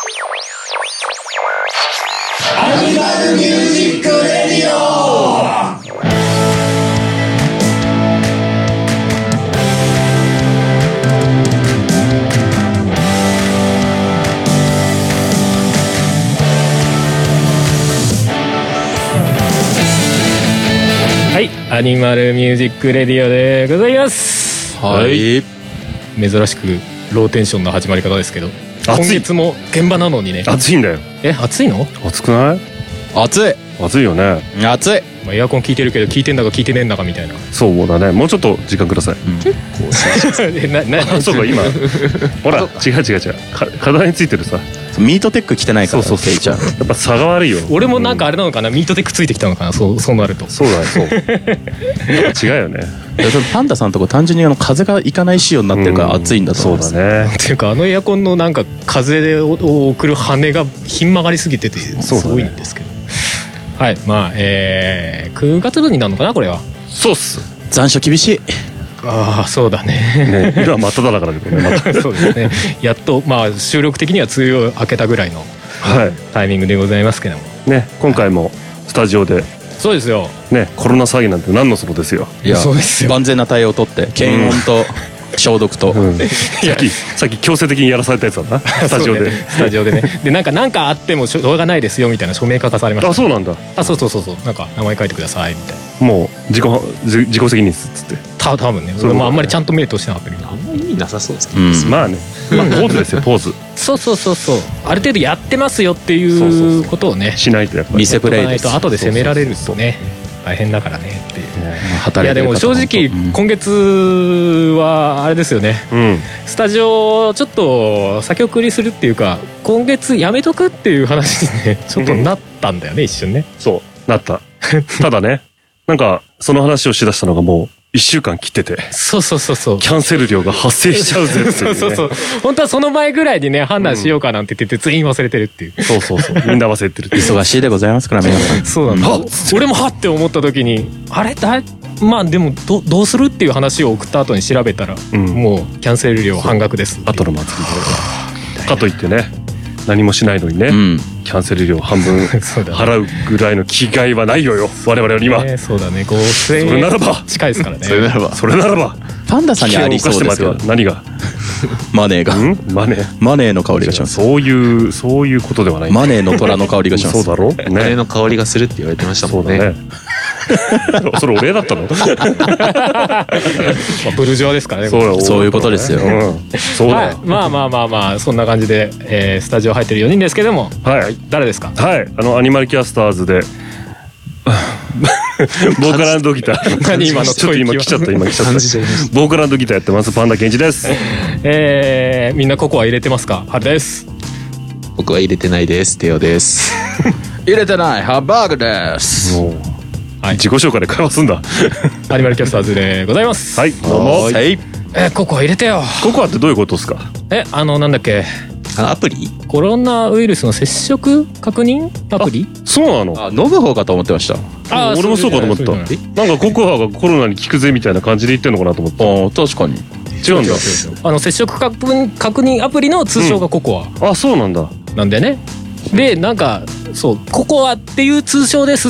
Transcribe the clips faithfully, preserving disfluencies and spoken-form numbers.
アニマルミュージックレディオ。 はい、アニマルミュージックレディオでございます。 はい、 珍しくローテンションの始まり方ですけど、今月も現場なのにね。 暑いんだよ。 え、暑いの？ 暑くない？ 暑い暑いよね。 暑い、 まあ、エアコン効いてるけど効いてんだか効いてねえんだかみたいな。 そうだね、もうちょっと時間ください、うん、 えななそうか、今ほら違う違う違う、体についてるさミートテック着てないから。 そうそうそう、やっぱ差が悪いよ。 俺もなんかあれなのかな、ミートテックついてきたのかな、そうそうなると。 そうだね、そう違うよね。 パンダさんとこ単純にあの風がいかない仕様になってるから暑いんだと思います。 そうだね。 っていうか、あのエアコンのなんか風を送る羽がひん曲がりすぎててすごいんですけど、ね、はい、まあ、えー、くがつぶになるのかなこれは。 そうっす。 残暑厳しい。 ああ、そうだね。 ね、今真っ只中だけどね、またそうですね。やっと、まあ、収録的には梅雨を明けたぐらいのタイミングでございますけども、 ね、今回もスタジオで、はい、 そうですよ、 ね、コロナ騒ぎなんて何のそのですよ。 いや、そうですよ。 万全な対応を取って検温と消毒と、うん、さっきさっき強制的にやらされたやつだな、スタジオで、ね、 スタジオでね。で、なんか何かあってもしょうがないですよみたいな署名書かされました。 あ、そうなんだ。 あ、そうそうそうそう、なんか名前書いてくださいみたいな。もう自己自己責任ですっつって。 た多分ね、俺もあんまりちゃんとメイトしてなかったけど、 あんまり意味なさそうですけど、 うん、まあね、まあ、ポーズですよ、ポーズ。 そうそうそうそう、ある程度やってますよっていうことをね、 しないとやっぱり見せプレイです。 後で責められるとね、大変だからねっていう。 うん、 いやでも正直今月はあれですよね、うん、スタジオちょっと先送りするっていうか、今月やめとくっていう話にねちょっとなったんだよね、うん、一瞬ね。 そうなったただね、なんかその話をしだしたのがもういっしゅうかん切ってて、 そうそうそうそう、 キャンセル料が発生しちゃうぜっていう、ね、 そうそうそう、本当はその前ぐらいにね判断しようかなんて言ってて全員忘れてるっていう、うん、 そうそうそう、みんな忘れてるっていう忙しいでございますから皆さん。 そうなんだ、うん、俺もはって思った時にあれだ、まあでも ど, どうするっていう話を送った後に調べたら、うん、もうキャンセル料半額です。 後の祭りでかといってね、何もしないのにね、うん、キャンセル料半分払うぐらいの気概はないよよ我々には、 ね、そうだね、ごせんえんそれならば近いですからね。 それならばそれならばパンダさんにありそうですけど、 何がマネーがマネーマネーの香りがします。 そういうそういうことではない、 マネーの虎の香りがします。 そうだろう、ね、 あれの香りがするって言われてましたもんね。 そうだねそれお礼だったのまあブルジョアですからね。 そうそういうことですよ、うん、 そうだよ、はい、 まあまあまあまあそんな感じで、えー、スタジオ入ってるよにんですけども、 はい、 誰ですか？ はい、あのアニマルキャスターズでボーカル&ギター何今のちょっと今来ちゃった今来ちゃったボーカル&ギターやってますパンダケンジです。 えー、みんなココア入れてますか？はるです。 僕は入れてないです。テオです入れてないハンバーグです。 はい、 自己紹介で会話すんだアニマルキャスターズでございます。 はい、どうも。 はい、 えー、ココア入れてよ。 ココアってどういうことですか？ え、あのなんだっけ、 あ、アプリ？ コロナウイルスの接触確認アプリ？ そうなの？ あ、飲む方かと思ってました。 あ、俺もそうかと思った。なんかココアがコロナに効くぜみたいな感じで言ってんのかなと思った。 あ、確かに違うんだ。 あの接触確認確認アプリの通称がココア、 うん、あ、そうなんだ。 なんでね。でなんかそうココアっていう通称ですって、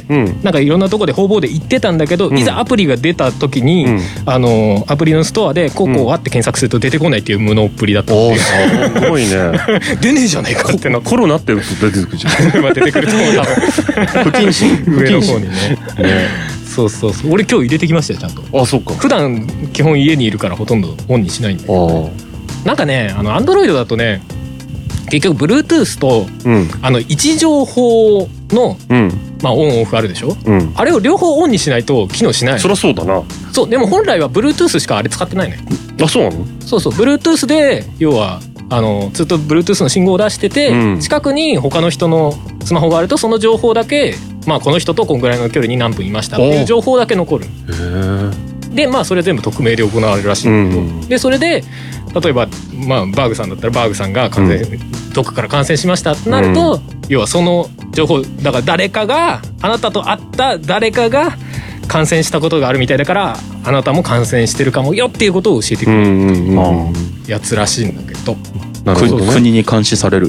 うん、なんかいろんなとこで方々で言ってたんだけど、うん、いざアプリが出た時に、うん、あのアプリのストアでココアって検索すると出てこないっていう無能っぷりだったんで、うん、 すごいね出ねえじゃねえかってな。 コロナって打つと出てくるじゃん出てくると思う、多分不謹慎上の方にねねそうそうそう、俺今日入れてきましたよちゃんと。 あ、そうか。 普段基本家にいるからほとんどオンにしないんで、なんかね、あの Android だとね結局 Bluetooth と、うん、あの位置情報の、うん、まあ、オンオフあるでしょ、うん、あれを両方オンにしないと機能しないの。 そりゃそうだな。 そう、でも本来は Bluetooth しかあれ使ってないのよ。 あ、そうなの？ そうそう、Bluetooth で要はあのずっと Bluetooth の信号を出してて、うん、近くに他の人のスマホがあるとその情報だけ、まあ、この人とこんぐらいの距離に何分いましたっていう情報だけ残る。へー。でまあそれ全部匿名で行われるらしいんだけど、うん、でそれで例えば、まあ、バーグさんだったらバーグさんが感染、うん、どっかから感染しましたってなると、うん、要はその情報だから誰かがあなたと会った誰かが感染したことがあるみたいだからあなたも感染してるかもよっていうことを教えてくれるやつらしいんだけど、 なるほどね。 国に監視される。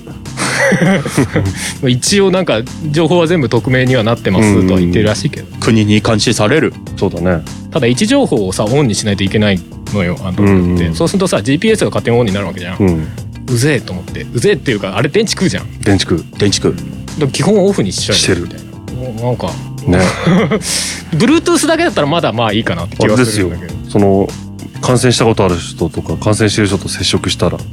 一応なんか情報は全部匿名にはなってますとは言ってるらしいけど、 国に監視される。 そうだね。 ただ位置情報をさオンにしないといけないのよ、あの、うんうん、そうするとさ ジーピーエス が勝手にオンになるわけじゃん、うん、うぜえと思って、うぜえっていうかあれ電池食うじゃん。 電池食う電池食う。 基本オフにしちゃうみたいな。なんかね Bluetooth だけだったらまだまあいいかなって気がするんだけど、 その感染したことある人とか感染してる人と接触したら、うん、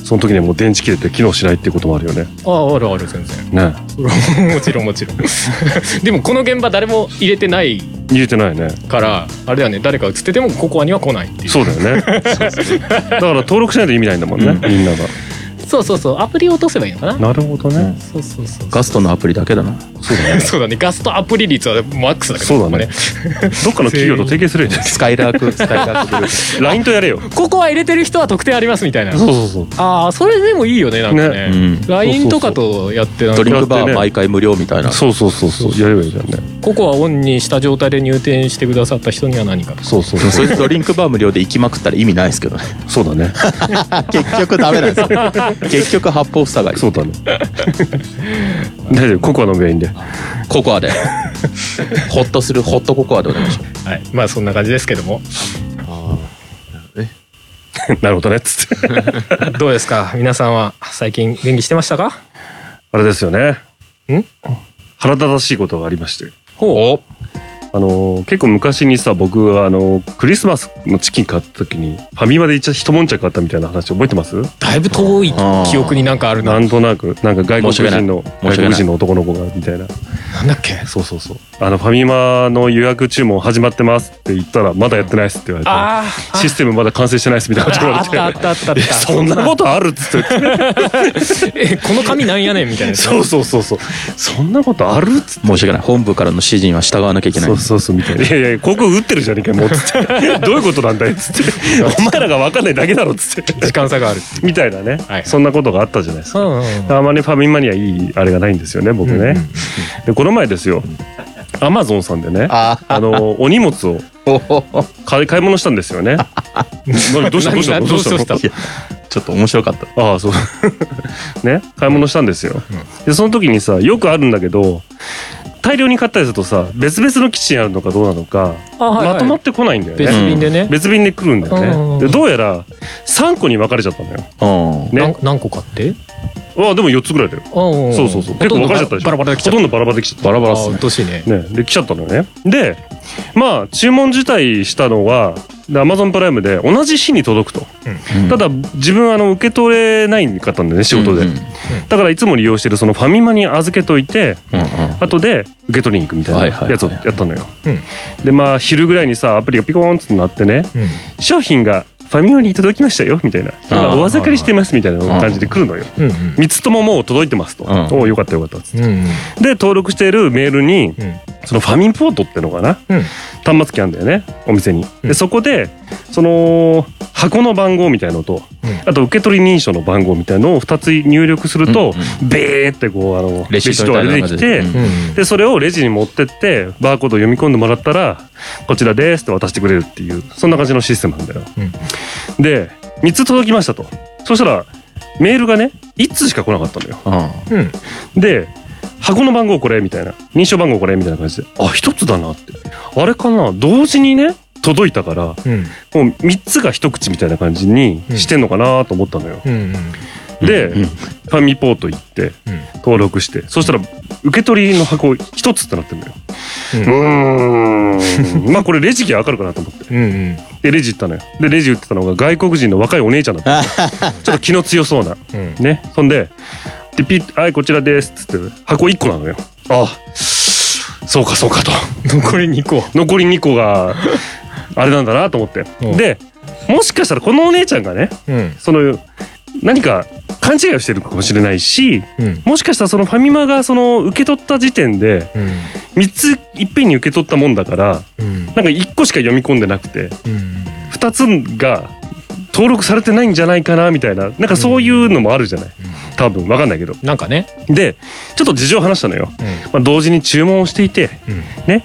その時にはもう電池切れて機能しないっていうこともあるよね。 ああ、あるある、全然ね。 もちろんもちろんでもこの現場誰も入れてない入れてないねからあれだよね、誰か映っててもココアには来ないっていう。 そうだよねだから登録しないと意味ないんだもんね、うん、みんなが。 そうそうそう、アプリを落とせばいいのかな。 なるほどね、うん、 そうそうそう、 ガストのアプリだけだな。 そうだねそうだね、ガストアプリ率はマックスだけど。 そうだねどっかの企業と提携するよねスカイラークスカイラークグループライン とやれよ。 ここは入れてる人は特典ありますみたいな。 そうそうそう。 ああ、それでもいいよね、なんかね、ね、うん、ライン とかとやってなんかドリンクバー毎回無料みたいな。 そうそうそうそう、やればいいじゃんね。 ここはオンにした状態で入店してくださった人には何かと。 そうそうそうそれでドリンクバー無料で行きまくったら意味ないですけどね。 そうだね結局ダメなんですよ結局八方塞がり。 そうだね大丈夫、ココアのメインでココアでホッとするホットココアでお願いします。 はい、まあそんな感じですけども。 あえなるほどねっつってどうですか皆さんは最近元気してましたか。 あれですよね、 ん腹立たしいことがありまして。 ほう。 あの結構昔にさ、僕はあのクリスマスのチキン買った時にファミマで一悶着あったみたいな話覚えてます？ だいぶ遠い記憶になんかあるな。 なんとなくなんか外国人の外国人の男の子がみたいな。 なんだっけ。 そうそうそう。あのファミマの予約注文始まってますって言ったらまだやってないっすって言われて、 あシステムまだ完成してないっすみたいなこと言われて、 あったあったあった。 そんなことあるっつってえ、この紙なんやねんみたいな。 そうそうそうそう。そんなことあるっつって。 申し訳ない。本部からの指示には従わなきゃいけない。 そうそうそうみたいな。いやいや広告打ってるじゃねえかもうっつってどういうことなんだよっつってお前らが分かんないだけだろっつって時間差があるみたいなね、はい、そんなことがあったじゃないですか、うんうんうん、あまりファミマにはいいあれがないんですよね僕ね、うんうんうん、でこの前ですよアマゾンさんでねあのお荷物を買い買い物したんですよね何どうしたどうしたどうしたのちょっと面白かった。 ああそうね買い物したんですよ、うん、でその時にさよくあるんだけど大量に買ったりするとさ別々のキッチンあるのかどうなのか、はいはい、まとまってこないんだよね。 別便でね、 別便で来るんだよね。でどうやらさんこに分かれちゃったのよ、 ね、何個かってあでもよっつぐらいだよ。そうそうそう結構分かれちゃったでしょ。 バラバラで来ちゃった。 ほとんどバラバラで来ちゃった。バラバラっすね。 うっとしいね。 ねで来ちゃったのよね。でまあ注文自体したのはアマゾンプライムで同じ日に届くと、うん、ただ自分あの受け取れないかったんだよね仕事で、うんうん、だからいつも利用してるそのファミマに預けといて、うんうん、後で受け取りに行くみたいなやつをやったのよ、うん、でまあ昼ぐらいにさアプリがピコーンってなってね、うん、商品がファミマに届きましたよみたいな、今お預かりしてますみたいな感じで来るのよ。うんうん、みっつとももう届いてますと、うん、おおよかったよかったっつって、うんうん、で登録しているメールに、うん、そのファミポートってのかな、うん、端末機あるんだよねお店に。でそこでその箱の番号みたいのと、うん、あと受け取り認証の番号みたいのをふたつ入力すると、うんうん、ベーってこうあのレシートが出てきて、うん、でそれをレジに持ってってバーコードを読み込んでもらったらこちらですって渡してくれるっていうそんな感じのシステムなんだよ。うん、でみっつ届きましたと。そしたらメールがねいっつしか来なかったのよ。うん、で箱の番号これみたいな認証番号これみたいな感じであひとつだなってあれかな同時にね届いたから、うん、もうみっつが一口みたいな感じにしてんのかなと思ったのよ。うんうんうん、で、うんうん、ファミポート行って、うん、登録してそしたら受け取りの箱一つってなってるのよ。うんーんまあこれレジ機わかるかなと思ってうん、うん、でレジ行ったのよ。でレジ売ってたのが外国人の若いお姉ちゃんだったちょっと気の強そうな、うん、ね。そんででピッはいこちらですっつって箱いっこなのよ。あそうかそうかと残りにこ残りにこがあれなんだなと思って、うん、でもしかしたらこのお姉ちゃんがね、うん、その何か勘違いをしてるかもしれないし、うん、もしかしたらそのファミマがその受け取った時点でみっついっぺんに受け取ったもんだから、うん、なんかいっこしか読み込んでなくて、うん、ふたつが登録されてないんじゃないかなみたいななんかそういうのもあるじゃない、うん、多分分かんないけどなんかね。 でちょっと事情を話したのよ、うんまあ、同時に注文をしていて、うん、ね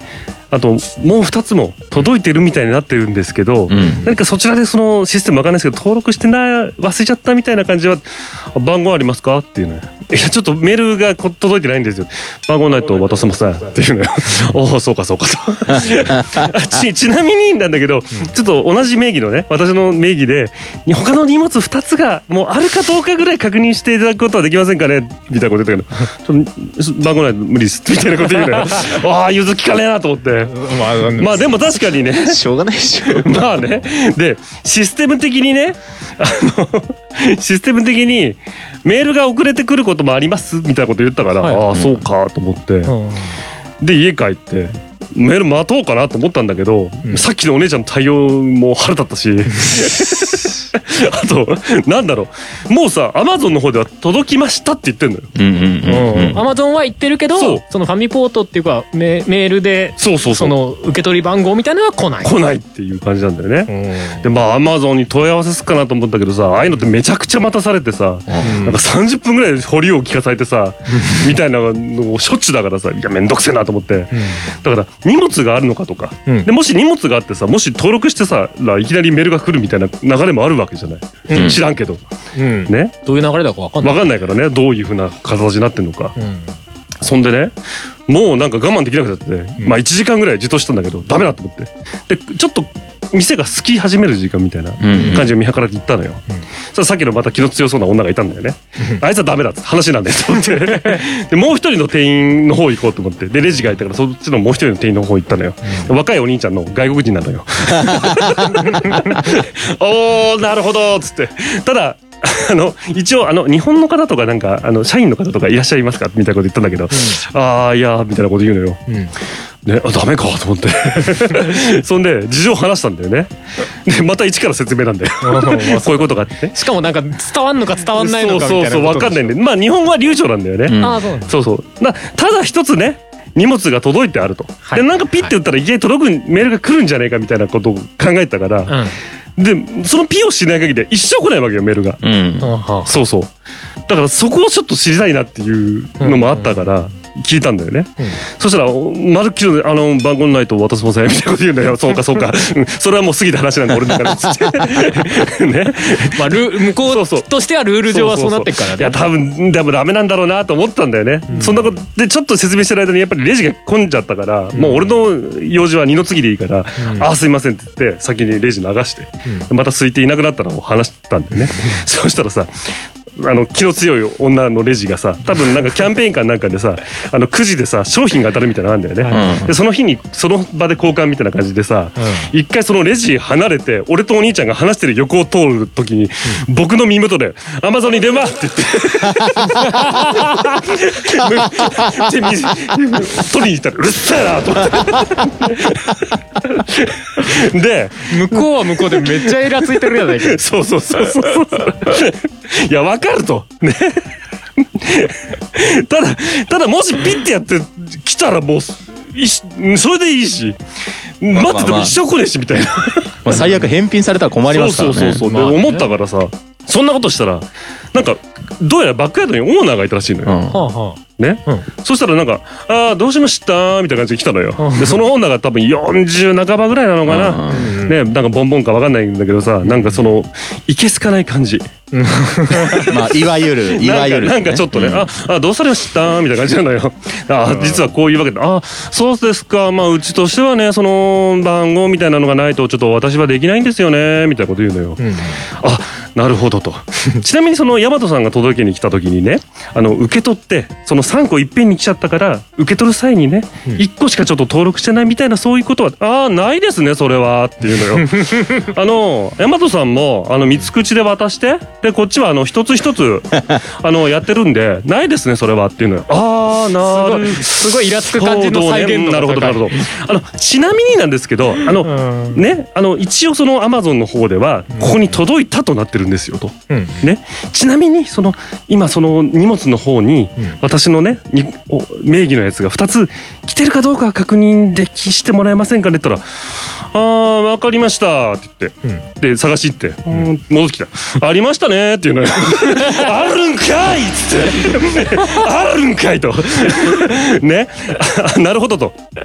あともうふたつも届いてるみたいになってるんですけど、うん、何かそちらでそのシステムわかんないですけど登録してない忘れちゃったみたいな感じは番号ありますかっていうのよ。いやちょっとメールが届いてないんですよ。番号ないと渡せませんっていうのよ。おおそうかそうかとち, ちなみになんだけど、うん、ちょっと同じ名義のね私の名義で他の荷物ふたつがもうあるかどうかぐらい確認していただくことはできませんかねみたいなこと言ったけどちょっと番号ないと無理ですみたいなこと言うのよ。ああ融通きかねえなと思って。まあ、まあでも確かにねしょうがないでしょまあねでシステム的にねあのシステム的にメールが遅れてくることもありますみたいなこと言ったから、はい、ああそうかと思って、うん、で家帰ってメール待とうかなと思ったんだけど、うん、さっきのお姉ちゃんの対応も腹立ったしあとなんだろうもうさアマゾンの方では届きましたって言ってんのよ。 アマゾンは言ってるけど そ, そのファミポートっていうか メ, メールでそうそうそうその受け取り番号みたいなのは来ない来ないっていう感じなんだよね。でまあアマゾンに問い合わせすっかなと思ったけどさああいうのってめちゃくちゃ待たされてさ、うん、なんかさんじゅっぷんぐらい保留を聞かされてさみたいなのをしょっちゅうだからさいやめんどくせえなと思って、うん、だから荷物があるのかとか、うん、でもし荷物があってさもし登録してさいきなりメールが来るみたいな流れもあるわけじゃない、うん、知らんけど、うん、ねどういう流れだか分かんない分かんないからねどういう風な形になってんのか、うん、そんでねもうなんか我慢できなくなって、うん、まあいちじかんぐらいじとしたんだけどダメだと思ってでちょっと店が好き始める時間みたいな感じを見計らって行ったのよ、うんうん、そさっきのまた気の強そうな女がいたんだよね、うん、あいつはダメだって話なんだよと思ってでもう一人の店員の方行こうと思ってでレジがいたからそっちのもう一人の店員の方行ったのよ、うん、若いお兄ちゃんの外国人なのよおーなるほどっつってただあの一応あの日本の方とかなんかあの社員の方とかいらっしゃいますかみたいなこと言ったんだけど、うん、ああいやみたいなこと言うのよ、うんね、あダメかと思ってそんで事情を話したんだよねでまた一から説明なんだよこういうことがあって、ね、 しかもなんか伝わんのか伝わんないのかみたいなことそうそうそう分かんないんでまあ日本語は流暢なんだよね、うん、あそうそうそうなただ一つね荷物が届いてあると、はい、でなんかピッて打ったらいきなり届くメールが来るんじゃねえかみたいなことを考えたから、うんでそのピをしない限りは一生来ないわけよメールが、うん、そうそうだからそこをちょっと知りたいなっていうのもあったから聞いたんだよね、うん、そしたらまるっきりあの番号ないと渡せませんみたいなこと言うんだよそうかそうかそれはもう過ぎた話なんだ俺の中でつってねまあル向こうとしてはルール上はそうなってっからねいや多分でもダメなんだろうなと思ったんだよね、うん、そんなことでちょっと説明してる間にやっぱりレジが混んじゃったから、うん、もう俺の用事は二の次でいいから、うん、あすいませんって言って先にレジ流して、うん、また空いていなくなったのを話したんだよねそうしたらさあの気の強い女のレジがさ多分なんかキャンペーンかなんかでさあのくじでさ商品が当たるみたいなのあるんだよね、うん、でその日にその場で交換みたいな感じでさ、うん、一回そのレジ離れて俺とお兄ちゃんが話してる横を通る時に、うん、僕の耳元で「アマゾンに電話!」って言って取りに行ったらうるせえなと思ってで向こうは向こうでめっちゃイラついてるやないかそうそうそうそういや分かるとねただただもしピッてやって来たらもういそれでいいし待ってても一生来ねえしみたいなまあ最悪返品されたら困りますからねそうそうそうそう、まあね、思ったからさそんなことしたらなんかどうやらバックヤードにオーナーがいたらしいのよ、うん、ね、うん、そしたらなんか「ああどうしました?」みたいな感じで来たのよ、うん、でその女が多分よんじゅう半ばぐらいなのかな、うん、ね、なんかボンボンか分かんないんだけどさなんかそのいけすかない感じまあいわゆるいわゆる、 ね、なんかちょっとね、うん、ああどうされましたみたいな感じなのよあ実はこういうわけであそうですかまあうちとしてはねその番号みたいなのがないとちょっと私はできないんですよねみたいなこと言うのよ、うん、あなるほどとちなみにその大和さんが届けに来た時にねあの受け取ってそのさんこいっぺんに来ちゃったから受け取る際にね、うん、いっこしかちょっと登録してないみたいなそういうことはああないですねそれはっていうのよあの大和さんもあの三つ口で渡してでこっちはあの一つ一つあのやってるんでないですねそれはっていうのよああなるすごいイラつく感じの再現度が高い、ね、なるほどなるほどあのちなみになんですけどあのねあの一応そのアマゾンの方ではここに届いたとなってるんですよと、うんね、ちなみにその今その荷物の方に私のねに名義のやつがふたつ来てるかどうか確認できしてもらえませんかねって言ったら「あー分かりました」って言って、うん、で探し行って、うん、戻ってきた「ありましたね」っていうのよあるんかいっつってあるんかいとねなるほどと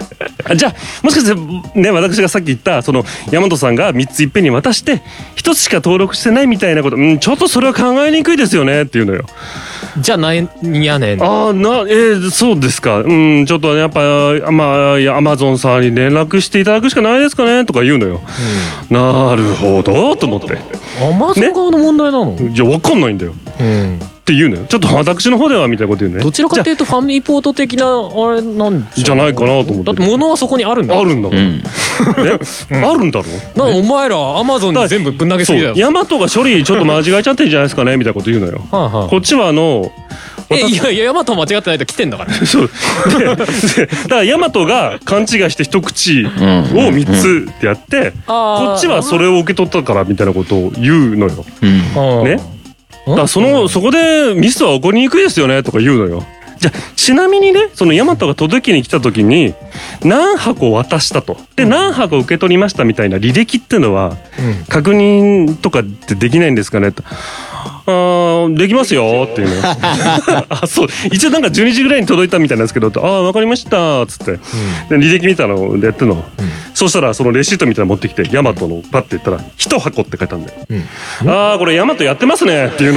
あじゃあもしかしてね私がさっき言ったその大和さんがみっついっぺんに渡してひとつしか登録してないみたいなこと、うん、ちょっとそれは考えにくいですよねっていうのよ。 じゃあなんやねん。 ああなえー、そうですか。うんちょっとねやっぱまあアマゾンさんに連絡していただくしかないですかねとか言うのよ。うん、なるほどと思って。 アマゾン側の問題なの？ ね、いやわかんないんだよ。うんって言うのよ。ちょっと私の方ではみたいなこと言うね。 どちらかというとファミポート的なあれなんじゃないかなと思って。 だって物はそこにあるんだ。 あるんだから。うんね、あるんだろ。 なんかお前らアマゾンに全部ぶん投げすぎだよ。 ヤマトが処理ちょっと間違えちゃってんじゃないですかねみたいなこと言うのよ。はあはあ、こっちはあのえいやいやヤマト間違ってないと来てんだから。 そうででだからヤマトが勘違いして一口をみっつってやって、うんうん、こっちはそれを受け取ったからみたいなことを言うのよ。うん、ね。だからそのそこでミスは起こりにくいですよねとか言うのよ。じゃあちなみにねそのヤマトが届けに来た時に何箱渡したとで何箱受け取りましたみたいな履歴っていうのは確認とかってできないんですかねと。あできますよっていうのあそう一応なんかじゅうにじぐらいに届いたみたいなんですけどああ分かりましたっつって、うん、で履歴見たのでやってるの、うん、そうしたらそのレシートみたいなの持ってきてヤマトのパッて言ったらいち箱って書いたんだよ、うん、ああこれヤマトやってますねっていうの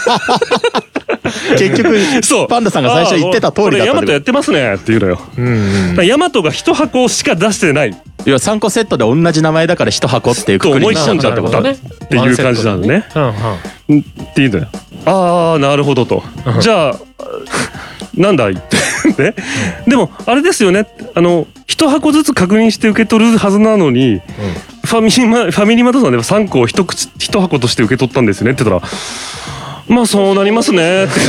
結局そうパンダさんが最初言ってた通りだった。 これヤマトやってますねっていうのよ。ヤマトがいち箱しか出してない。 いやさんこセットで同じ名前だからいち箱っていうくくりに思い込んじゃったことっていう感じなのね。っていうのよ。ああなるほどと。じゃあなんだいってね。でもあれですよね。あのいち箱ずつ確認して受け取るはずなのに、ファミリマファミリーマートさんではさんこを一口一箱として受け取ったんですよねって言ったら。まあそうなりますねって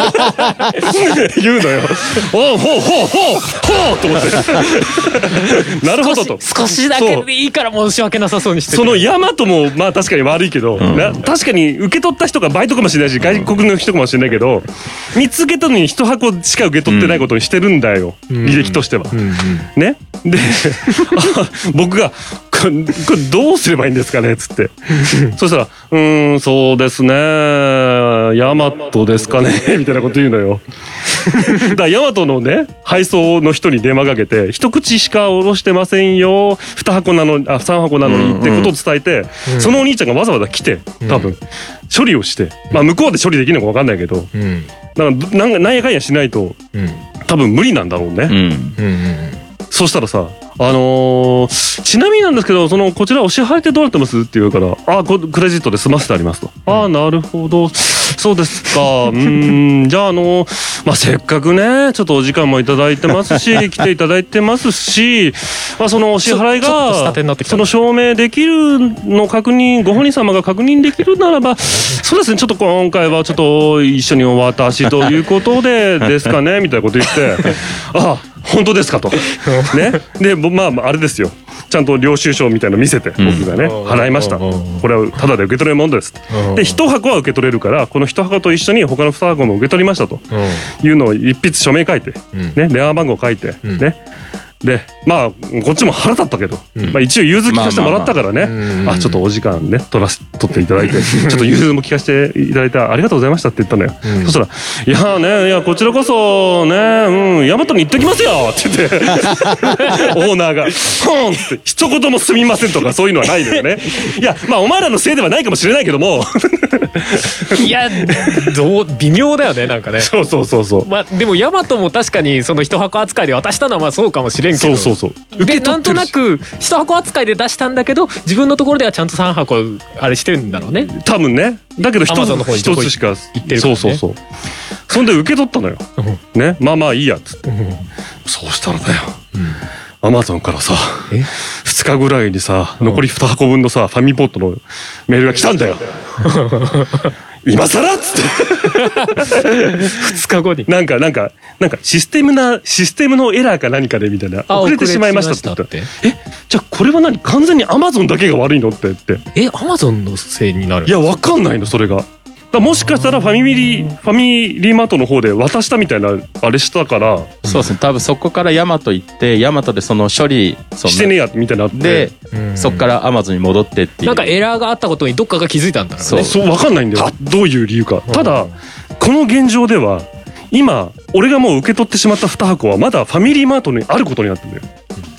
言うのよ。おうほうほうほうほうと思ってなるほどと少しだけでいいから申し訳なさそうにしてそのヤマトもまあ確かに悪いけど、うん、な確かに受け取った人がバイトかもしれないし外国の人かもしれないけどみっつ受け取るのにいち箱しか受け取ってないことにしてるんだよ、うん、履歴としては、うんうん、ねで僕がこれどうすればいいんですかねっつってそしたらうーんそうですねヤマトですかねみたいなこと言うのよだからヤマトのね配送の人に電話かけて一口しかおろしてませんよに箱なのあさん箱なのにってことを伝えて、うんうん、そのお兄ちゃんがわざわざ来て多分、うん、処理をしてまあ向こうで処理できるのか分かんないけど、うん、なんかなんやかんやしないと、うん、多分無理なんだろうね、うんうんうん、そしたらさあのー、ちなみになんですけどそのこちらお支払いってどうなってますって言うからあクレジットで済ませてありますと、うん、ああなるほどそうですかうんじゃああのー、まあせっかくねちょっとお時間もいただいてますし来ていただいてますし、まあ、そのお支払いがその証明できるの確認ご本人様が確認できるならばそうですねちょっと今回はちょっと一緒にお渡しということでですかねみたいなこと言ってあ本当ですかとねでまああれですよちゃんと領収書みたいの見せて僕がね、うん、払いましたこれはタダで受け取れるものですでいち箱は受け取れるからこのいち箱と一緒に他のに箱も受け取りましたというのを一筆署名書いて、ね、電話番号書いて、ねでまあこっちも腹立ったけど、うんまあ、一応融通聞かせてもらったからね、まあまあまあ、あちょっとお時間ね取らせ取っていただいてちょっと融通も聞かせていただいてありがとうございましたって言ったのよ、うん、そしたら「いやねいやこちらこそねうんヤマトに行ってきますよ」って言ってオーナーが「ほん」って一言もすみませんとかそういうのはないのよねいやまあお前らのせいではないかもしれないけどもいやどう微妙だよねなんかねそうそうそうそうまあでもヤマトも確かにその一箱扱いで渡したのはまあそうかもしれんそうそうそうでなんとなく一箱扱いで出したんだけど自分のところではちゃんとさん箱あれしてるんだろうね多分ねだけど一つ一つしか言ってるから、ね、 そうそうそうそんで受け取ったのよねまあまあいいやっつってそうしたらだよアマゾンからさふつかぐらいにさ残りに箱分のさファミポットのメールが来たんだよ今更っつってふつかごになんかなんかなんかシステムなシステムのエラーか何かでみたいな遅れてしまいましたって言ったらえじゃあこれは何完全にアマゾンだけが悪いのって言ってえアマゾンのせいになるいや分かんないのそれがだもしかしたらファミリーファミリーマートの方で渡したみたいなあれしたからそうですね多分そこからヤマト行ってヤマトでその処理そのしてねえやみたいになってでそこからアマゾンに戻ってっていうなんかエラーがあったことにどっかが気づいたんだろうねそうそう分かんないんだよどういう理由かただこの現状では今俺がもう受け取ってしまったに箱はまだファミリーマートにあることになってるんだよ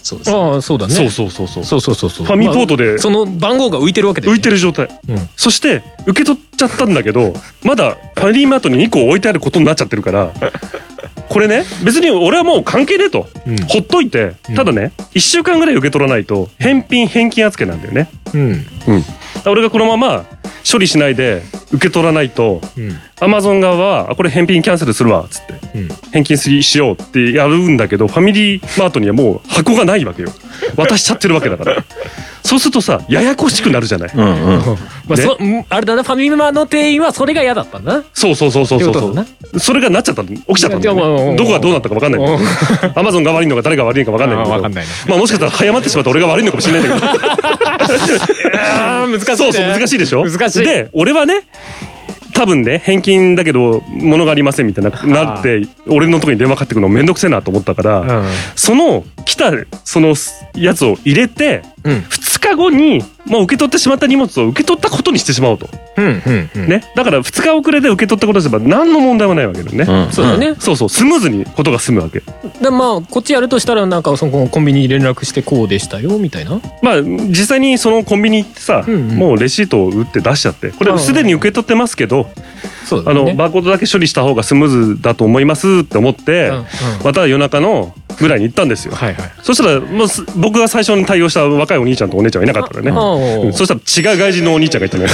そうです。 ああそうだね。 そうそうそうそうそうそうそうそう。 ファミポートでまあその番号が浮いてるわけで、ね。 浮いてる状態、 うんそして受け取っちゃったんだけどまだファミリーマートににこ置いてあることになっちゃってるからこれね別に俺はもう関係ねえと、 うんほっといてただねいっしゅうかんぐらい受け取らないと返品返金扱いなんだよね。 うんうん、俺がこのまま処理しないで受け取らないとうんアマゾン側はあこれ返品キャンセルするわっつってうん返金ししようってやるんだけどファミリーマートにはもう箱がないわけよ渡しちゃってるわけだからそうするとさややこしくなるじゃない、 うんうん。 まあねそうんあれだなファミマの店員はそれが嫌だったんだな。 そうそうそうそうそうってことだそうそれがなっちゃったの起きちゃったんだよいやまあまあまあねどこがどうなったか分かんないんだけどアマゾンが悪いのか誰が悪いのか分かんないんだけどあー分かんないねまあもしかしたら早まってしまって俺が悪いのかもしれないんだけどあー難しいね。 そうそう難しいでしょ難しいで俺はね多分ね返金だけど物がありませんみたいななって俺のところに電話かかってくるのめんどくせえなと思ったから、 うんその来たそのやつを入れてうんふつかごにもう受け取ってしまった荷物を受け取ったことにしてしまおうと、 うんうんうん。 ね、だからふつか遅れで受け取ったことにすれば何の問題もないわけだよね、 うんそうだね。 そうそうスムーズにことが進むわけでまあこっちやるとしたらなんかそのコンビニに連絡してこうでしたよみたいな。 まあ実際にそのコンビニ行ってさ、 うんうんもうレシートを打って出しちゃってこれすでに受け取ってますけどあそうだね。 のバーコードだけ処理した方がスムーズだと思いますって思って、 うんうんまた夜中のぐらいに行ったんですよ、 はいはい。 そしたらもうす僕が最初に対応した若いお兄ちゃんとお姉ちゃんはいなかったからね、 ああうんそしたら違う外人のお兄ちゃんがいたね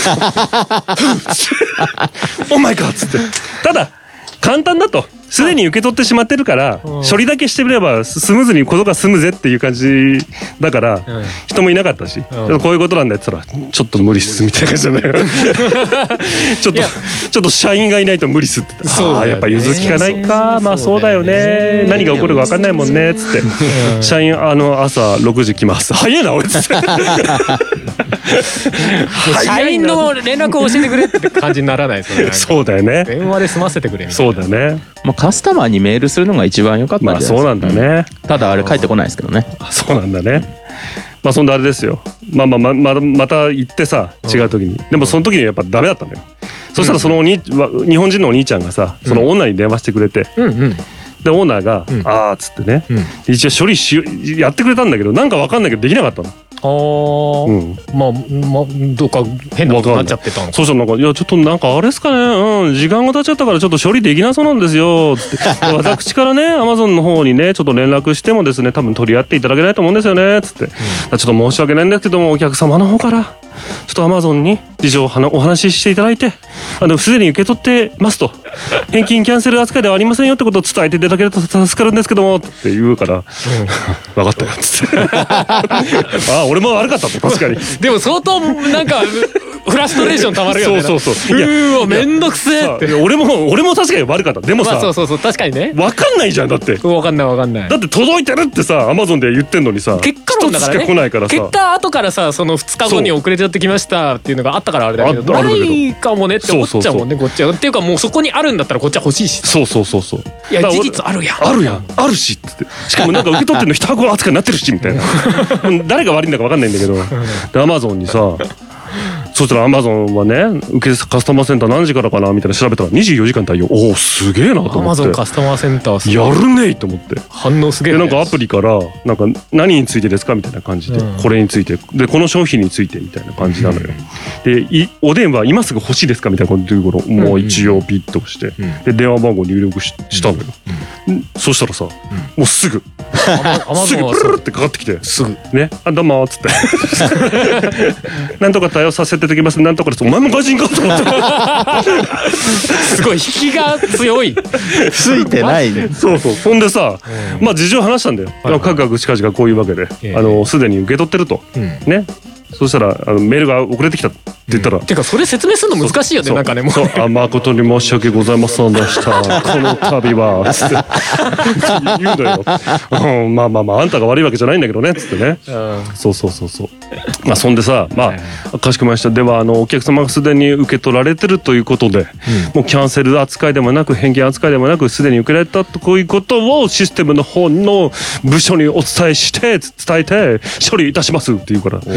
お前かっつってただ簡単だとすでに受け取ってしまってるからうん処理だけしてみればスムーズにことが済むぜっていう感じだからうん人もいなかったしこういうことなんだって言ったらちょっと無理っすみたいな感じだねちょっといやちょっと社員がいないと無理っすって言ったらそうだよねあーやっぱ融通きかないかまあそうだよね何が起こるか分かんないもんねっつって社員あの朝ろくじ来ます早いな俺っつって社員の連絡を教えてくれって感じにならないですよね。 そうだよね電話で済ませてくれみたいな。 そうだねまあカスタマーにメールするのが一番良かったんじゃまあないですか。 そうなんだねただあれ返ってこないですけどね。 あそうなんだねまあそんなあれですよまあまあまままた行ってさ違う時にでもその時にはやっぱダメだったんだよそしたらそのおにわ日本人のお兄ちゃんがさそのオーナーに電話してくれてうんうん。 でオーナーがうん 「ああ」っつってねうん。 一応処理しよやってくれたんだけどなんかわかんないけどできなかったのああ、 うんまあまあどっか変なことになっちゃってたのか。 そうしたらなんか「いやちょっとなんかあれですかねうん時間が経っちゃったからちょっと処理できなそうなんですよ」つって「私からねアマゾンの方にねちょっと連絡してもですね多分取り合っていただけないと思うんですよね」つって、ちょっと申し訳ないんですけどもお客様の方からちょっとアマゾンに事情をはなお話ししていただいてあのすでに受け取ってますと返金キャンセル扱いではありませんよってことを伝えていただけると助かるんですけどもって言うから「分かったよ」っつってああ俺も悪かったと確かにでも相当なんかフラストレーションたまるよね。 そうそうそううーわめんどくせえって。 さいや俺も俺も確かに悪かったでもさまあそうそうそう確かにね。 分かんないじゃんだってわかんないわかんないだ。って届いてるってさアマゾンで言ってんのにさ結果論だからね。 一つしか来ないからさ結果後からさそのふつかごに遅れちゃってきましたっていうのがあったからあれだけどああるけどないかもねって思っちゃうもんねこっちは。っていうかもうそこにあるんだったらこっちは欲しいし。 そうそうそうそういや事だから俺実あるやん。 あるやんあるしっつってしかもなんか受け取ってんの一箱扱いになってるしみたいなうん誰が悪いんだか分かんないんだけどでアマゾンにさそしたらアマゾンはね受けカスタマーセンター何時からかなみたいな調べたらにじゅうよじかん対応おおすげえなとアマ思ってゾンカスタマーセンターすごいやるねえと思って反応すげえね。 でなんかアプリからなんか何についてですかみたいな感じで、 うんこれについてでこの商品についてみたいな感じなのよ、でいお電話今すぐ欲しいですかみたいなこと言うからもう一応ピッと押して、 んで電話番号入力ししたのよ、んそしたらさ、もうすぐアマすゾンはそうぐプルルってかかってきてすぐねあどうもーっつってなんとか対応させていただきますなんとかですお前も外人かと思ってすごい引きが強い。 ついてないね。 そうそうそんでさ、まあ事情話したんだよ、 はいカクカクしかじかこういうわけで、 ええあのすでに受け取ってると、 うんねそしたらあのメールが遅れてきたって言ったら、 てかそれ説明するの難しいよねそうなんかねもうそうあ誠に申し訳ございませんでしたこの度はつって言うんだよ、うん、まあまあまああんたが悪いわけじゃないんだけどねつってねそうそうそうそうまあそんでさまあかしこまりましたではあのお客様がすでに受け取られてるということで、もうキャンセル扱いでもなく返金扱いでもなくすでに受けられたとこういうことをシステムの方の部署にお伝えして伝えて処理いたしますって言うから、おじゃあ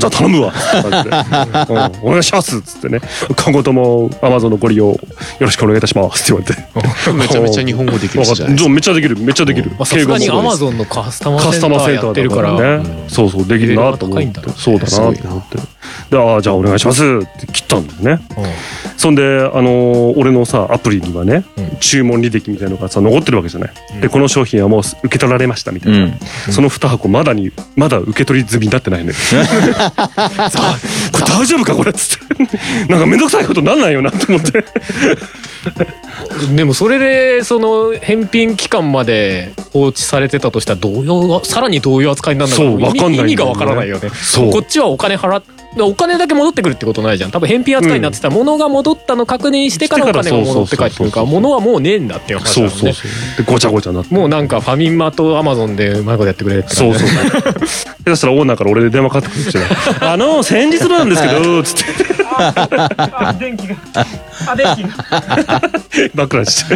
あ頼むわって感じで、うん、お願いしますっつってね、今後とも Amazon のご利用よろしくお願いいたしますって言われてめちゃめちゃ日本語できる人じゃないですか。 めっちゃできるめっちゃできる、 まあさすがにアマゾンのカスタマーカスタセンターマーセンターやってるからだからね、そうそうできるなと思ってレベルが高いんだ、 そうだなと思って、でああじゃあお願いしますって切ったんだよね。そんであのー俺のさアプリにはね、 うん注文履歴みたいなのがさ残ってるわけじゃない、でこの商品はもう受け取られましたみたいな、 うんそのに箱まだにまだ受け取り済みになってないのよさあこれ大丈夫かこれっつってなんかめんどくさいことなんないよなと思ってでもそれでその返品期間まで放置されてたとしたらどういうさらにどういう扱いになるのかそうわかんないんだよね意味がわからないよね。 そうこっちはお金払っお金だけ戻ってくるってことないじゃん。多分返品扱いになってたら物が戻ったの確認してからお金が戻って帰ってくるから、物はもうねえんだっていう話だもんね。 そうそうそうでごちゃごちゃなってもうなんかファミマとアマゾンでうまいことやってくれってそうそうそしたらオーナーから俺で電話かかってくるしねあの先日なんですけどつってあ電気があ電気がバックランして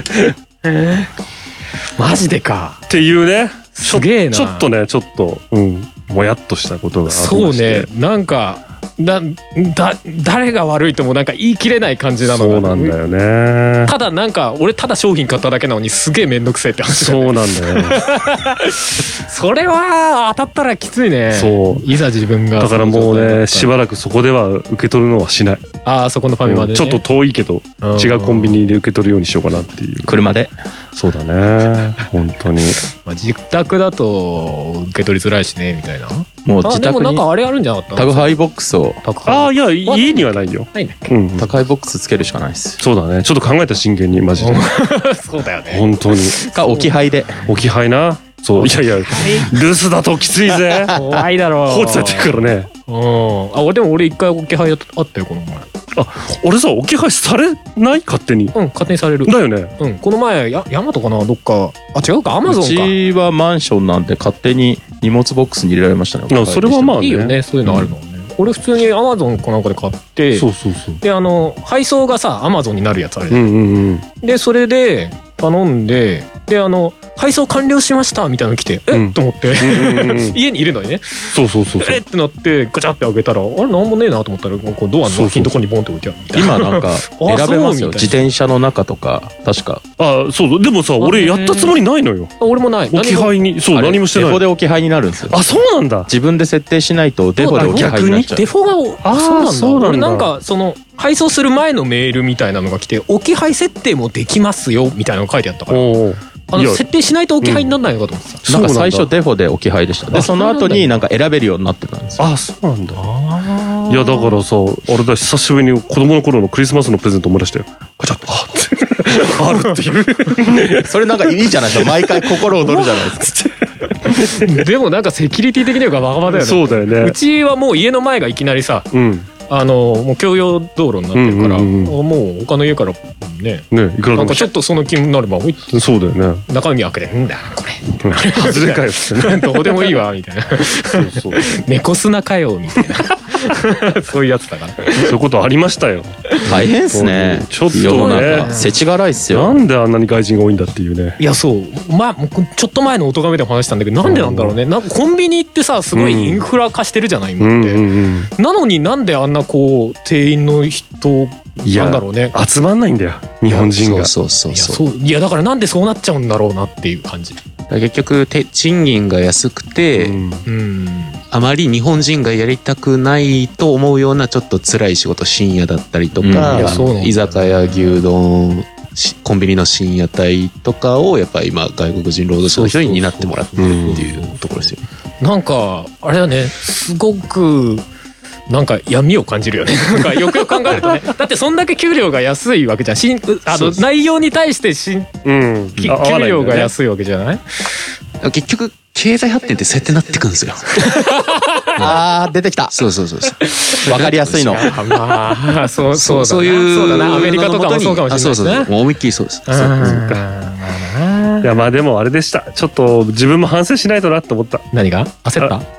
マジでかっていうね、 すげえな。 ちょっとねちょっとうんもやっとしたことがありまして、 そうね、なんかだだ誰が悪いともなんか言い切れない感じなのがそうなんだよね。 ただなんか俺ただ商品買っただけなのにすげえめんどくせえって話だね。 そうなんだよそれは当たったらきついね。 そういざ自分がだからもうねしばららくそこでは受け取るのはしない、 ああそこのファミマで、ねうんちょっと遠いけどうん違うコンビニで受け取るようにしようかなっていう。 車で。 そうだね本当にまあ、自宅だと受け取りづらいしねみたいな。 もうあでも自宅になんかあれあるんじゃなかった宅配ボックスを宅配ああいや家にはないよ、 ないね。 うん、 宅配ボックスつけるしかないです。 そうだねちょっと考えた真剣にマジでそうだよね。 本当にか置き配で。 置き配な。そういやいや留守だときついぜ怖いだろう。 放置されてるからね。 うん。あ俺でも俺一回置き配あったよこの前。 あ俺さ置き配されない勝手にうん勝手にされる。 だよね。 うんこの前やヤマトかなどっかあ違うかアマゾンうか。 ちはマンションなんで勝手に荷物ボックスに入れられましたね。 あそれはまあねいいよねそういうのあるのね。俺普通にアマゾンかなんかで買ってそうそうそうであの配送がさアマゾンになるやつあるじゃん。 うんうんうんでそれで頼んでであの配送完了しましたみたいなの来てえ、 うんっと思ってうんうんうん家にいるのにねそうそうそうそうえってなってガチャって開けたらあれなんもねえなと思ったらこうドアの脇のとこにボンって置いてあるみたいな。 今なんか選べますそうみたいなよ。自転車の中とか確か。 あそうそうでもさ俺やったつもりないのよあ俺もない。 置き配にそうあれ何もしてないデフォで置き配になるんですよ。 あそうなんだ自分で設定しないとデフォで置き配になっちゃうデ。フォがおあーそうなんだ。 そうなんだ俺なんかその配送する前のメールみたいなのが来て置き配設定もできますよみたいなのが書いてあったからおーあのいや設定しないと置き配にならないのかと思ってた。 なんかそうなんだ最初デフォで置き配でした。でその後になんか選べるようになってたんですよ。 あそうなんだいやだからさあれだ久しぶりに子供の頃のクリスマスのプレゼント思い出したよガチャッとあってあるっていうそれなんかいいじゃないですか。毎回心躍るじゃないですか。 でもなんかセキュリティ的にはガバガバだよね。 そうだよねうちはもう家の前がいきなりさうんあのもう共用道路になってるから、 うんうんうんあもう他の家からねねいくらでもなんかちょっとその気になればほいってそうだよね中身開けて「んだこれ外れかよってねどうでもいいわ」みたいなそうそう 「猫砂かよ」みたいなそういうやつだから。 そういうことありましたよ大変っすね。 ちょっとね世の中世知辛いっすなよ。 んであんなに外人が多いんだっていうねいやそうまあもうちょっと前の音がめでも話したんだけどなんでなんだろうね。なんかコンビニってさすごいインフラ化してるじゃない今って、 うんうんうんなのになんであんなこう店員の人いやなんだろうね。 集まんないんだよ日本人がそうそういやそうそういやだからなんでそうなっちゃうんだろうなっていう感じ。 だから結局て賃金が安くて、 うんうんあまり日本人がやりたくないと思うようなちょっと辛い仕事深夜だったりとうんか、 いやそうなんだよね居酒屋牛丼しコンビニの深夜帯とかをやっぱり今外国人労働者の人に担ってもらってるっていうところですよね。 なんかあれだねすごくなんか闇を感じるよね。なんかよくよく考えるとねだってそんだけ給料が安いわけじゃん。しんあの内容に対してしんうんきあ合わないんだよね給料が安いわけじゃない。 結局経済発展ってそうやってなってくんですよ。 あー出てきた。 そうそうそうそう。 わかりやすいの。 まあそうそうだなそういうそうだなアメリカとかもそうかもしれないあそうそうそう。 ね。 もう思いっきりそうです。 うんそういやまあでもあれでしたちょっと自分も反省しないとなって思った何が焦った？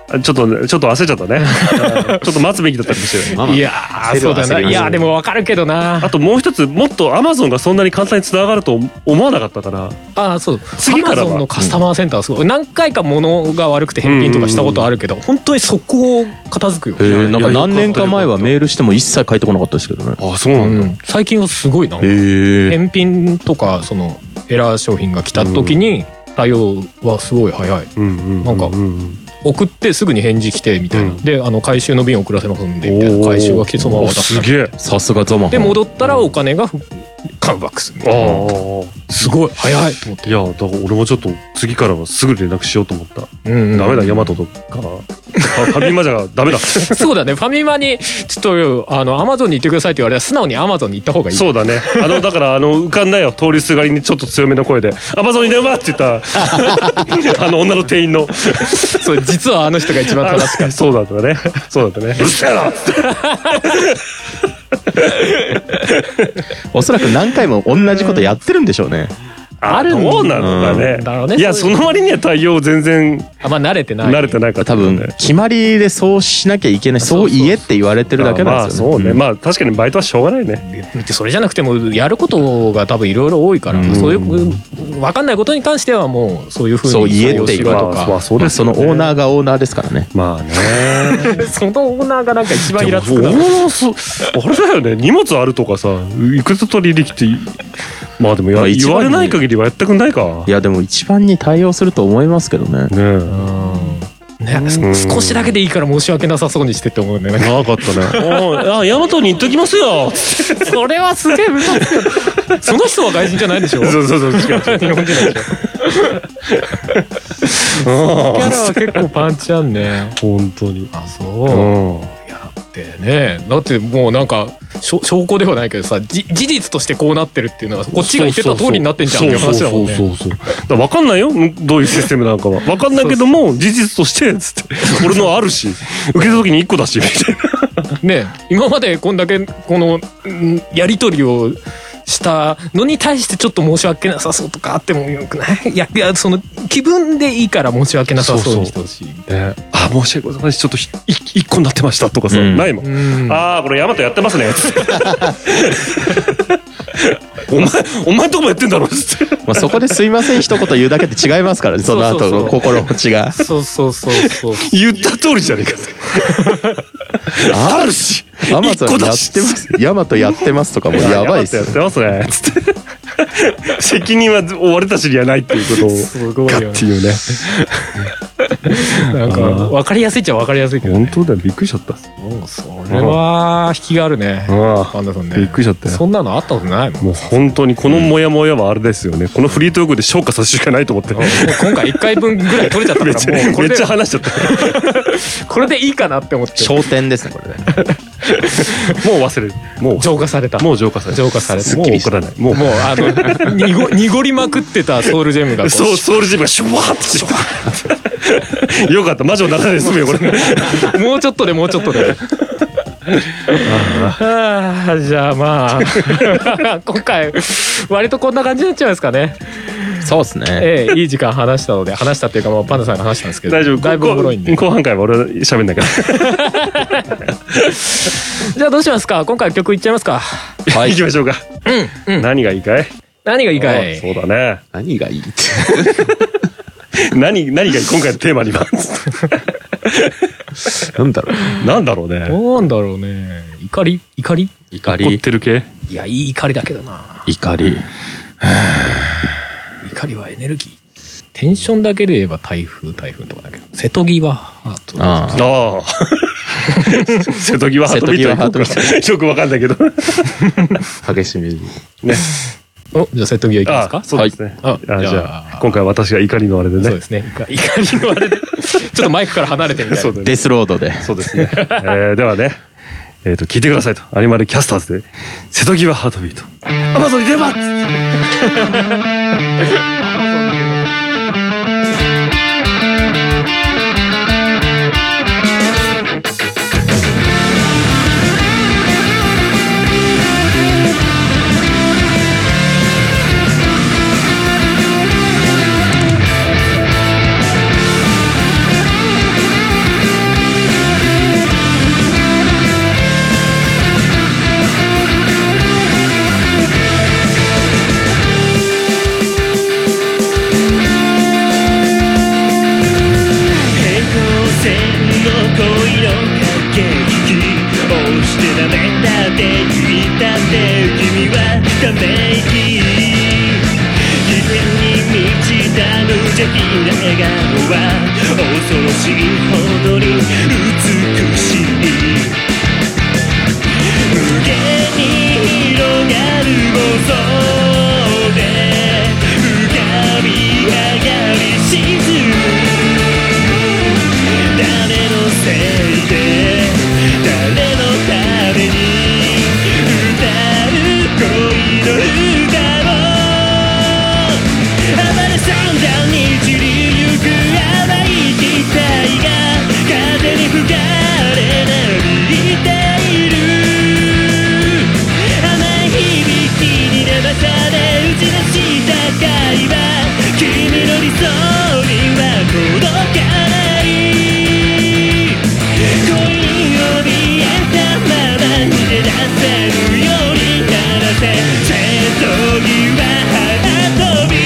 ちょっとねちょっと焦っちゃったねちょっと待つべきだったかもしれないまあまあいやーそうだな。いやでもわかるけどな。 あともう一つもっとアマゾンがそんなに簡単につながると思わなかったからああそう。 次からは Amazon のカスタマーセンターはすごい。何回か物が悪くて返品とかしたことあるけど、本当に速攻片付くよ。 えー、なんか何年か前はメールしても一切返ってこなかったですけどね。 あそうなんだ、 うん最近はすごいな。 へえ。 返品とかそのエラー商品が来た時に対応はすごい早い。 うんうんなんかうん送ってすぐに返事来てみたいな、 うんであの回収の便送らせますんでみたいな、回収が来てそのまま渡すすげえさすがゾマホン。 で戻ったらお金がカムバックするみあたいな。 あすごい早いと思って。 いやだから俺もちょっと次からはすぐ連絡しようと思った、 うんうんダメだヤマトとかファミマじゃダメだそうだね。ファミマにちょっとあのアマゾンに行ってくださいって言われたら素直にアマゾンに行った方がいい。 そうだねあのだからあの浮かんだよ通りすがりにちょっと強めの声で「アマゾンに電話!」って言ったあの女の店員のそう実はあの人が一番正しかっそうだったねそうだったねうるせえなおそらく何回も同じことやってるんでしょうね。 あるどうなのかね、 うんだろうねいやそういうその割には対応全然た。あまあ慣れてない。 慣れてないから多分決まりでそうしなきゃいけない、そう言えって言われてるだけなんですよね。 まあそうね、 うんまあ確かにバイトはしょうがないねでそれじゃなくてもやることが多分いろいろ多いから、 うんそういう分かんないことに関してはもうそういうふうにそう言えって言われとまあまあか。 そうですよねそのオーナーがオーナーですからね。 まあねそのオーナーがなんか一番イラつくな。 でも俺もそうあれだよね荷物あるとかさいくつ取りできてまあでもやまあ一番に言われない限りはやってくんないかいやでも一番に対応すると思いますけどね。 ねね、 うん少しだけでいいから申し訳なさそうにしてって思うんだよね。 なかったねおいあヤマトに行っときますよそれはすげえムカつくよ。その人は外人じゃないでしょ。 そうそうそう違う違う日本人なんでしょ。キャラは結構パンチあんね。 本当にあそう。 うんいやだってね、だってもうなんかしょ証拠ではないけどさ、じ事実としてこうなってるっていうのはこっちが言ってた通りになってんじゃんっていう話だもんね。 そうそうそうそうだから分かんないよどういうシステムなのかは分かんないけども事実としてつって俺のあるし受けた時にいっこだしみたいなね、今までこんだけこのんやり取りをしたのに対してちょっと申し訳なさそうとかあってもよくない？いやいやその気分でいいから申し訳なさそうにしてほしい。 ねあ申し訳ございませんちょっとひい一個になってましたとかさ、 うんないもん、 うんああこれヤマトやってますねつってお前お前んとこもやってんだろつってまあそこですいません一言言うだけで違いますからね。その後の心持ちが。 そうそうそうそう。 言った通りじゃねえかあるしアマゾンやっ一個だしてます。ヤマトやってますとかもうやばいっすよヤマトやってますねつって責任は俺たちにはないっていうことをすごいよねっていうねなんか分かりやすいっちゃ分かりやすいけど、ね、 本当だよびっくりしちゃったもうそれは引きがあるね。 あパンダさんね。 びっくりしちゃったよそんなのあったことないもん。 もう本当にこのモヤモヤはあれですよねこのフリートークで消化させるしかないと思ってもう今回いっかいぶんぐらい取れちゃったかめっちゃらもうこめっれでちゃ話しちゃったこれでいいかなって思って焦点ですねこれね。 もう忘れるもう浄化された。 もう浄化される浄化された。 もう怒らないもうもうあの濁濁りまくってたソウルジェムがこうそうソウルジムがシュワーってシュワーってよかった魔女の中で済むよこれもうちょっとでもうちょっとで。はあ、じゃあまあ今回割とこんな感じになっちゃいますかね。 そうですね。 ええ、いい時間話したので話したっていうかもうパンダさんが話したんですけど大丈夫だいぶおもろいんで。 後半回は俺は喋んないからじゃあどうしますか。今回曲いっちゃいますか。 はい行きましょうかうんうん。 何がいいかい何がいいかい。 そうだね何がいいって何何がいい今回のテーマにはなんだろう。 なんだろうねなんだろうね。怒り怒り怒怒ってる系いやいい怒りだけどな。 怒り。 怒りはエネルギー。テンションだけで言えば台風台風とかだけど瀬戸際ハート。 ああ。 ああ瀬戸際ハートビート瀬戸際ハートビーよくわかんないけど激しめに。 ねおじゃあ瀬戸際いきますかあ。そうですね、 はいああじじゃあゃあ今回は私が怒りのあれでねそうですね。怒怒りのあれでちょっとマイクから離れてみたいな。 そうだねデスロードで。 そうですね、えー、ではねえーと聞いてくださいとアニマルキャスターズで瀬戸際ハートビートアマゾンに出ます 「 邪気な笑顔は恐ろしいほどに美しい。無限に広がる妄想で浮かび上がり沈む。誰のせいで誰のために歌う恋の歌を暴れ散々に散りゆく淡い期待が風に吹かれなびいている。甘い響きに流され打ち出した会話、君の理想には届かない。恋に怯えたまま逃げ出せるようにならせ瀬戸際花飛び。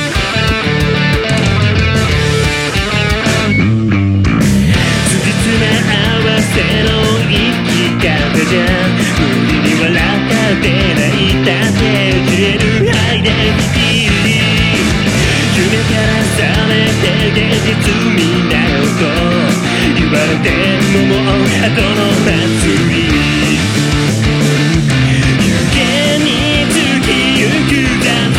つじつま合わせの生き方じゃ無理に笑って泣いたって消えるアイデンティティ。夢から覚めて現実見なよと言われてももう後の祭り。湯気に突きゆく残像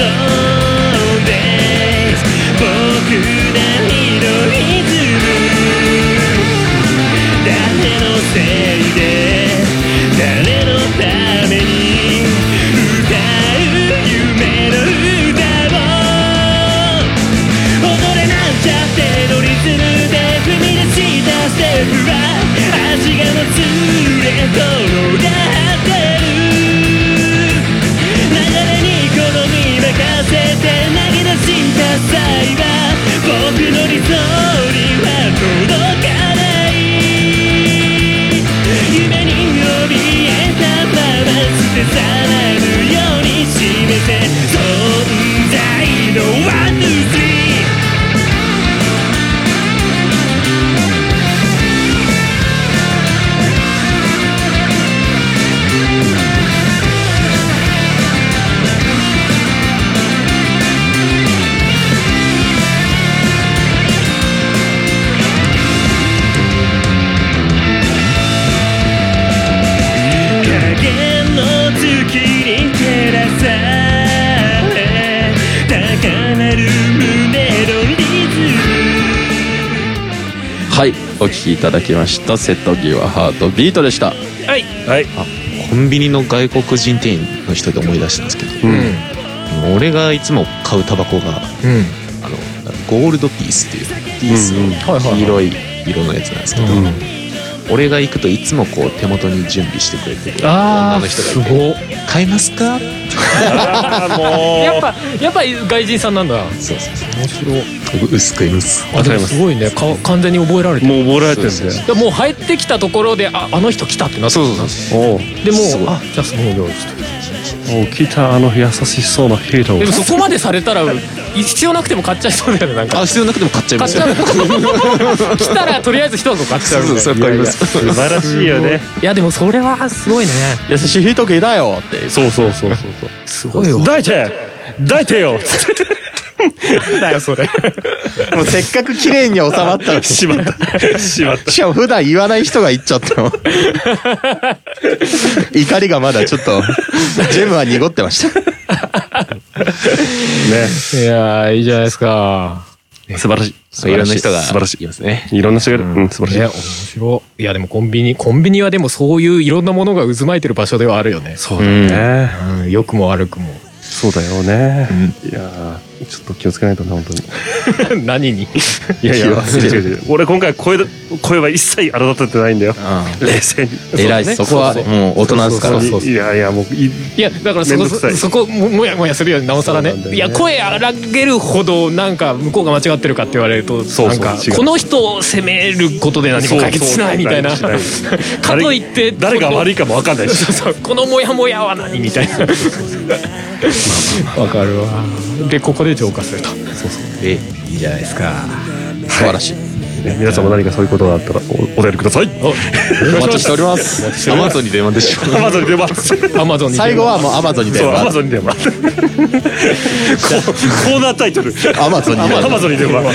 です。僕なりのリズム。誰のせいで誰のために歌う夢の歌を踊れなんちゃってのリズムで踏み出したステップは足がもつれ転がってる。流れに好み任せて投げ出した際は僕の理想には届かない。夢に怯えたまま捨て去らぬように示せ存在のワン・ツー・スリー。影の月に照らされ高鳴る胸のリズム。 はい、お聴きいただきました瀬戸際ハートビートでした。 はいはい。 コンビニの外国人店員の人で思い出したんですけど、 うん俺がいつも買うタバコがうんあのゴールドピースっていうピースうんうんの黄色い色のやつなんですけど、 うん俺が行くといつもこう手元に準備してくれてるあー女の人がいてす買いますか？ あーもうやっぱやっぱ外人さんなんだ。 そうそうそう面白い。 僕薄く言いますあでもすごいね。か完全に覚えられてる。 もう覚えられてるんそうそうで。 でもう入ってきたところでああの人来たってなってそうそうそうおうでもすごいあじゃあその用意しておう来たあの優しそうなヒーロー。 でもそこまでされたら必要なくても買っちゃいそうだよね。なんかあ必要なくても買っちゃいます買っちゃう来たらとりあえず一箱買っちゃうみたいな。 そうそう買います素晴らしいよね。 いやでもそれはすごいね。 優しい時計だよってそうそうそうそうそう。 すごいわ。 抱いて抱いてよ。 だよそれ。 もうせっかく綺麗に収まったのにしまったしまった。 しかも普段言わない人が言っちゃったの怒りがまだちょっとジェムは濁ってましたね。 いやーいいじゃないですか。 素晴らしい。 そういろんな人が素晴らしいいますね。 いろんな人がいる。うん素晴ねらし面白い。いやでもコンビニコンビニはでもそういういろんなものが渦巻いてる場所ではあるよね。 い。そうだね。 うん良くも悪くも。 そうだよね。いやーちょっと気をつけないとな本当に。 何に。 いやいや違う違う。俺今回声だ声は一切荒立ててないんだよ。冷静に。 偉いそこはもう大人ですから。 そうそうそういやいやもういいやだからそこめんどくさいそこももやもやするよねなおさらね。 そうなんだよねいや声荒げるほどなんか向こうが間違ってるかって言われるとそうそうなんか違うこの人を責めることで何も解決しないみたいな。 そうそうそうかといって誰が悪いかも分かんないし。 そうそうこのモヤモヤは何みたいな。わかるわ。でここで浄化すると。 えいいじゃないですか。 素晴らしい。 ね、皆さんも何かそういうことがあったらおお便りください。 お待ちしております。 アマゾンに電話でしょ。 アマゾンに出ます。 アマゾンに最後はもうアマゾンに電そうアマ話。 ゾンに電話。コーナータイトル。 アマゾンに電話。 アマゾンに電話。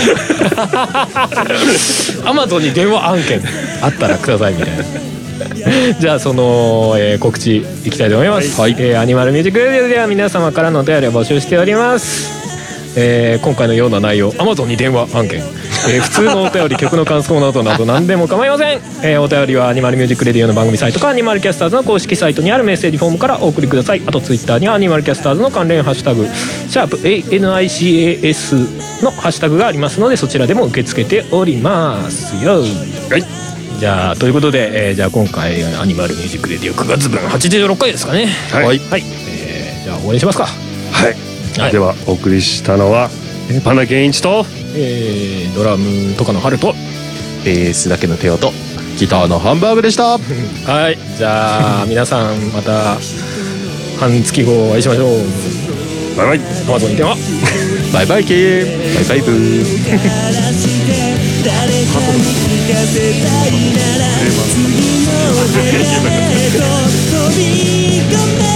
アマゾンに電話案件あったらくださいみたいな。じゃあその、えー、告知いきたいと思います、はいえー、アニマルミュージックレディオでは皆様からのお便りを募集しております、えー、今回のような内容 Amazon に電話案件、えー、普通のお便り曲の感想などなど何でも構いません、えー、お便りはアニマルミュージックレディオの番組サイトかアニマルキャスターズの公式サイトにあるメッセージフォームからお送りください。あとツイッターにはアニマルキャスターズの関連ハッシュタグシャープ エーエヌアイシーエーエス のハッシュタグがありますのでそちらでも受け付けておりますよ。はいじゃあということで、えー、じゃあ今回アニマルミュージックレディオくがつぶんはちじゅうろっかいですかね。 はい、 はいはいえー、じゃあ終わりにしますか。 はい、はい、ではお送りしたのはパンダケンイチと、 えー、ドラムとかのハルとベースだけのテオとギターのハンバーグでした。 はいじゃあ皆さんまた半月後お会いしましょう。バイバイ。アマゾンに電話バイバイケーバイバイブー誰かに聞かせたいなら次の部屋へと飛び込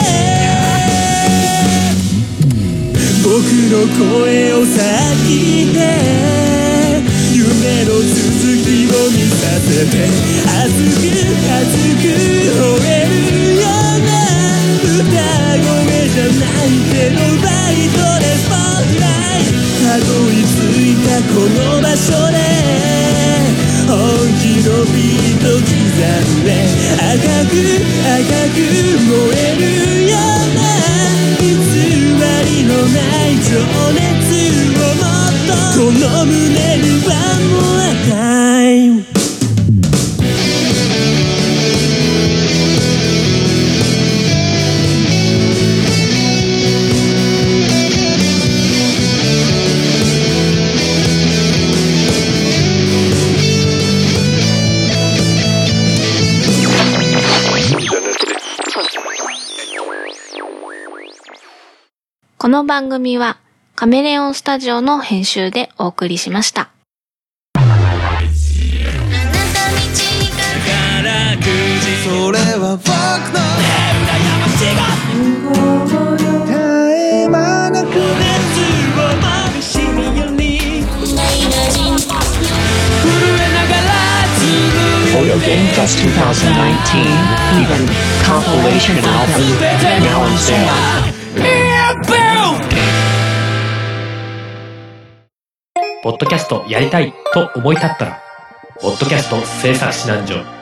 め僕の声を先で夢の続きを見させて熱く熱く吠えるような歌声じゃないけどバイトでスポットライトたどり着いたこの場所で本気のビート刻んで赤く赤く燃えるような偽りのない情熱をもっとこの胸にはもう赤いこの番組はカメレオンスタジオの編集でお送りしました。 それは僕の絶え間なく熱をまぶしみより震えながら Audio Game Fest twenty nineteen Even Compilation Album Now on sale. ポッドキャストやりたいと思い立ったらポッドキャスト制作指南所